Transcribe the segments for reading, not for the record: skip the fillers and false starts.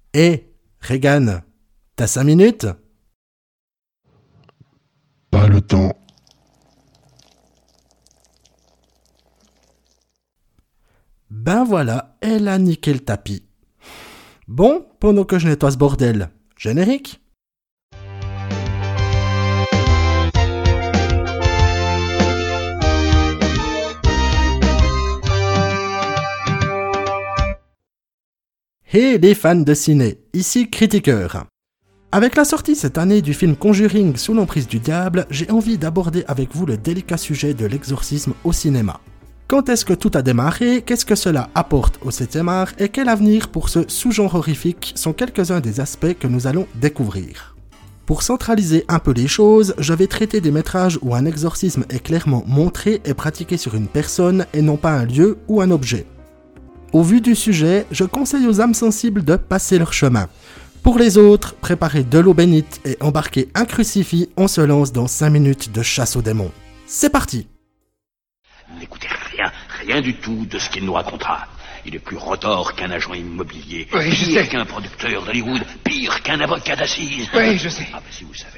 Hé, Regan, t'as 5 minutes? Pas le temps. Ben voilà, elle a niqué le tapis. Bon, pendant que je nettoie ce bordel, générique. Hey les fans de ciné, ici Critiqueur. Avec la sortie cette année du film Conjuring sous l'emprise du diable, j'ai envie d'aborder avec vous le délicat sujet de l'exorcisme au cinéma. Quand est-ce que tout a démarré, qu'est-ce que cela apporte au 7e art et quel avenir pour ce sous-genre horrifique sont quelques-uns des aspects que nous allons découvrir. Pour centraliser un peu les choses, je vais traiter des métrages où un exorcisme est clairement montré et pratiqué sur une personne et non pas un lieu ou un objet. Au vu du sujet, je conseille aux âmes sensibles de passer leur chemin. Pour les autres, préparez de l'eau bénite et embarquez un crucifix, on se lance dans 5 minutes de chasse aux démons. C'est parti! N'écoutez rien du tout de ce qu'il nous racontera. Il est plus retors qu'un agent immobilier, oui, je pire sais. qu'un producteur d'Hollywood, pire qu'un avocat d'assises. Oui, je sais. Ah ben si vous savez.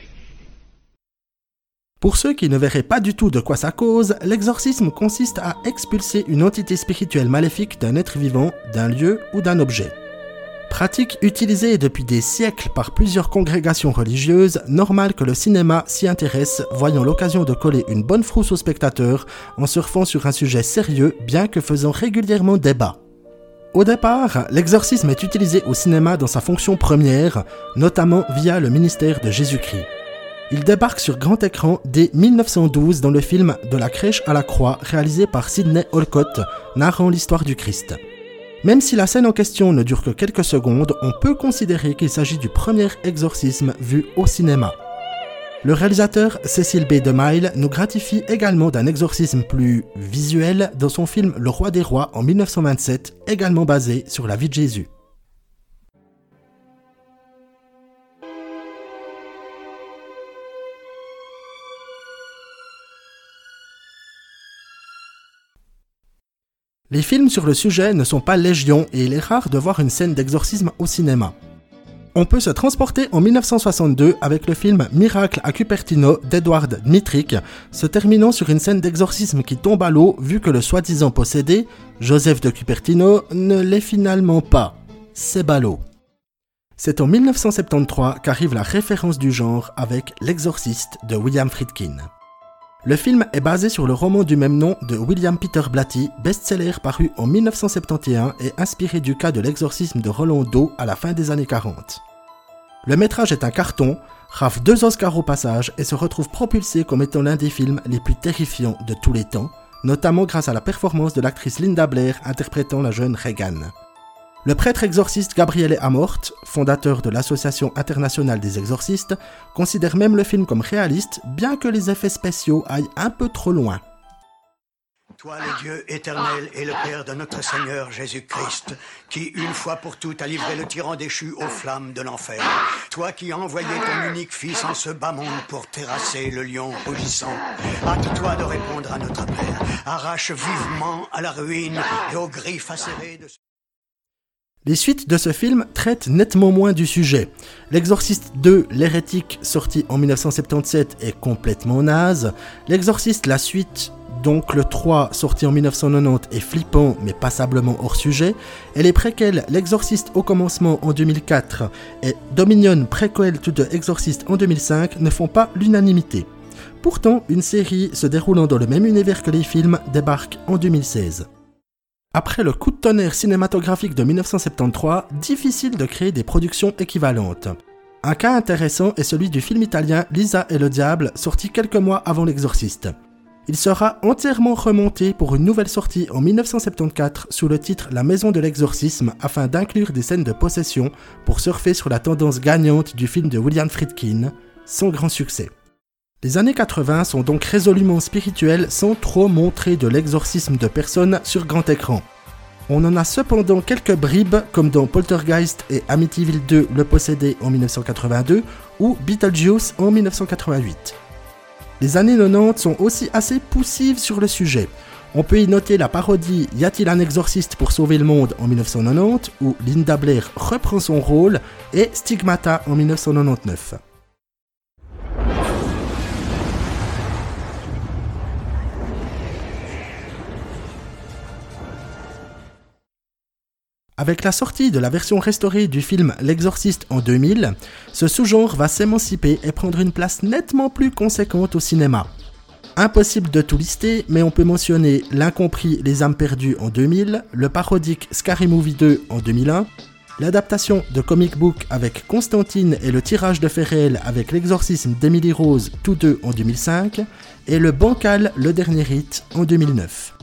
Pour ceux qui ne verraient pas du tout de quoi ça cause, l'exorcisme consiste à expulser une entité spirituelle maléfique d'un être vivant, d'un lieu ou d'un objet. Pratique utilisée depuis des siècles par plusieurs congrégations religieuses, normal que le cinéma s'y intéresse, voyant l'occasion de coller une bonne frousse aux spectateurs en surfant sur un sujet sérieux, bien que faisant régulièrement débat. Au départ, l'exorcisme est utilisé au cinéma dans sa fonction première, notamment via le ministère de Jésus-Christ. Il débarque sur grand écran dès 1912 dans le film De la crèche à la croix, réalisé par Sidney Olcott, narrant l'histoire du Christ. Même si la scène en question ne dure que quelques secondes, on peut considérer qu'il s'agit du premier exorcisme vu au cinéma. Le réalisateur Cecil B. DeMille nous gratifie également d'un exorcisme plus visuel dans son film Le Roi des Rois en 1927, également basé sur la vie de Jésus. Les films sur le sujet ne sont pas légion et il est rare de voir une scène d'exorcisme au cinéma. On peut se transporter en 1962 avec le film Miracle à Cupertino d'Edward Dmytryk, se terminant sur une scène d'exorcisme qui tombe à l'eau vu que le soi-disant possédé, Joseph de Cupertino, ne l'est finalement pas. C'est ballot. C'est en 1973 qu'arrive la référence du genre avec L'Exorciste de William Friedkin. Le film est basé sur le roman du même nom de William Peter Blatty, best-seller paru en 1971 et inspiré du cas de l'exorcisme de Roland Doe à la fin des années 40. Le métrage est un carton, rafle 2 Oscars au passage et se retrouve propulsé comme étant l'un des films les plus terrifiants de tous les temps, notamment grâce à la performance de l'actrice Linda Blair interprétant la jeune Regan. Le prêtre exorciste Gabriele Amort, fondateur de l'Association internationale des exorcistes, considère même le film comme réaliste, bien que les effets spéciaux aillent un peu trop loin. Toi, le Dieu éternel et le Père de notre Seigneur Jésus-Christ, qui une fois pour toutes a livré le tyran déchu aux flammes de l'enfer. Toi qui as envoyé ton unique Fils en ce bas monde pour terrasser le lion rugissant. Hâte-toi de répondre à notre appel. Arrache vivement à la ruine et aux griffes acérées de... Les suites de ce film traitent nettement moins du sujet. L'Exorciste 2, l'hérétique, sorti en 1977, est complètement naze. L'Exorciste, la suite, donc le 3, sorti en 1990, est flippant mais passablement hors sujet. Et les préquels, L'Exorciste au commencement en 2004 et Dominion Prequel to the Exorcist en 2005 ne font pas l'unanimité. Pourtant, une série se déroulant dans le même univers que les films débarque en 2016. Après le coup de tonnerre cinématographique de 1973, difficile de créer des productions équivalentes. Un cas intéressant est celui du film italien Lisa et le diable, sorti quelques mois avant l'Exorciste. Il sera entièrement remonté pour une nouvelle sortie en 1974 sous le titre La Maison de l'Exorcisme afin d'inclure des scènes de possession pour surfer sur la tendance gagnante du film de William Friedkin, sans grand succès. Les années 80 sont donc résolument spirituelles sans trop montrer de l'exorcisme de personnes sur grand écran. On en a cependant quelques bribes comme dans Poltergeist et Amityville 2 Le Possédé en 1982 ou Beetlejuice en 1988. Les années 90 sont aussi assez poussives sur le sujet. On peut y noter la parodie Y a-t-il un exorciste pour sauver le monde en 1990, où Linda Blair reprend son rôle, et Stigmata en 1999. Avec la sortie de la version restaurée du film L'Exorciste en 2000, ce sous-genre va s'émanciper et prendre une place nettement plus conséquente au cinéma. Impossible de tout lister, mais on peut mentionner L'Incompris, Les âmes perdues en 2000, le parodique Scary Movie 2 en 2001, l'adaptation de comic book avec Constantine et le tirage de faits réels avec L'exorcisme d'Emily Rose, tous deux en 2005, et le bancal Le Dernier Rite en 2009.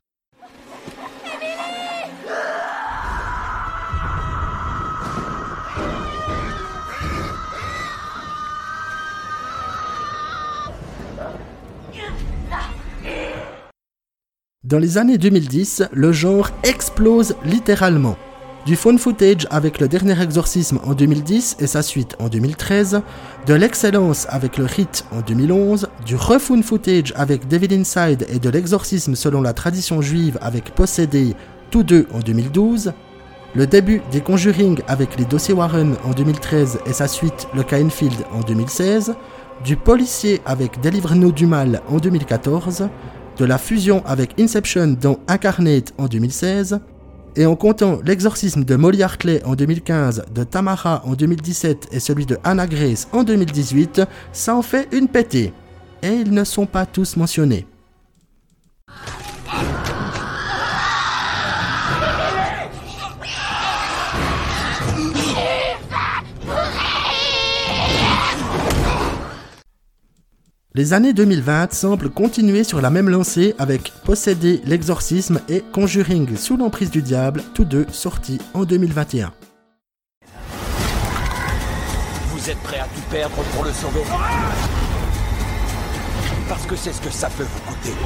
Dans les années 2010, le genre explose littéralement. Du found footage avec Le Dernier Exorcisme en 2010 et sa suite en 2013, de l'excellence avec Le Rite en 2011, du refound footage avec Devil Inside et de l'exorcisme selon la tradition juive avec Possédé, tous deux en 2012, le début des Conjuring avec les dossiers Warren en 2013 et sa suite Le Cas Enfield en 2016, du policier avec Délivre-nous du mal en 2014, de la fusion avec Inception dans Incarnate en 2016, et en comptant l'exorcisme de Molly Hartley en 2015, de Tamara en 2017 et celui de Anna Grace en 2018, ça en fait une pétée. Et ils ne sont pas tous mentionnés. Les années 2020 semblent continuer sur la même lancée avec Possédé, l'Exorcisme et Conjuring sous l'emprise du diable, tous deux sortis en 2021. Vous êtes prêts à tout perdre pour le sauver? Parce que c'est ce que ça peut vous coûter.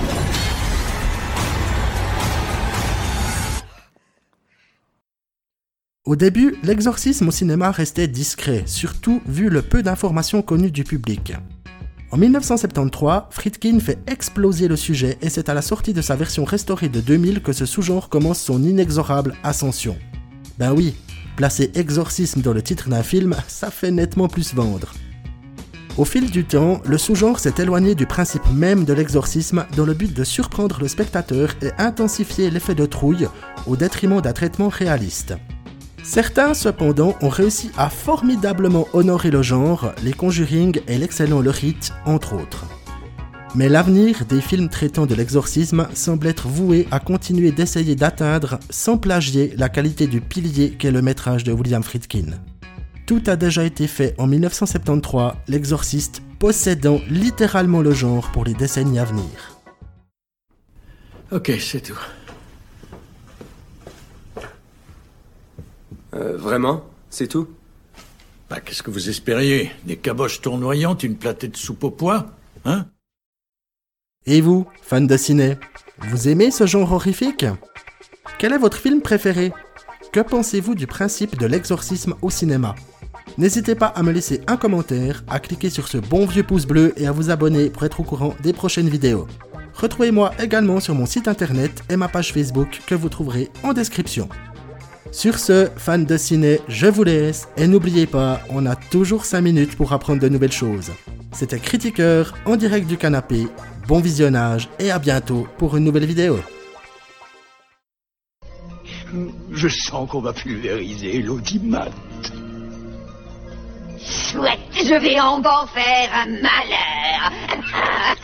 Au début, l'exorcisme au cinéma restait discret, surtout vu le peu d'informations connues du public. En 1973, Friedkin fait exploser le sujet et c'est à la sortie de sa version restaurée de 2000 que ce sous-genre commence son inexorable ascension. Ben oui, placer exorcisme dans le titre d'un film, ça fait nettement plus vendre. Au fil du temps, le sous-genre s'est éloigné du principe même de l'exorcisme dans le but de surprendre le spectateur et intensifier l'effet de trouille au détriment d'un traitement réaliste. Certains, cependant, ont réussi à formidablement honorer le genre, les Conjuring et l'excellent Le Rite, entre autres. Mais l'avenir des films traitant de l'exorcisme semble être voué à continuer d'essayer d'atteindre, sans plagier, la qualité du pilier qu'est le métrage de William Friedkin. Tout a déjà été fait en 1973, l'exorciste possédant littéralement le genre pour les décennies à venir. Ok, c'est tout. Vraiment? C'est tout? Bah, qu'est-ce que vous espériez? Des caboches tournoyantes, une platée de soupe au pois? Hein? Et vous, fans de ciné, vous aimez ce genre horrifique? Quel est votre film préféré? Que pensez-vous du principe de l'exorcisme au cinéma? N'hésitez pas à me laisser un commentaire, à cliquer sur ce bon vieux pouce bleu et à vous abonner pour être au courant des prochaines vidéos. Retrouvez-moi également sur mon site internet et ma page Facebook que vous trouverez en description. Sur ce, fans de ciné, je vous laisse et n'oubliez pas, on a toujours 5 minutes pour apprendre de nouvelles choses. C'était Critiqueur en direct du canapé, bon visionnage et à bientôt pour une nouvelle vidéo. Je sens qu'on va pulvériser l'audimat. Chouette, je vais en faire un malheur.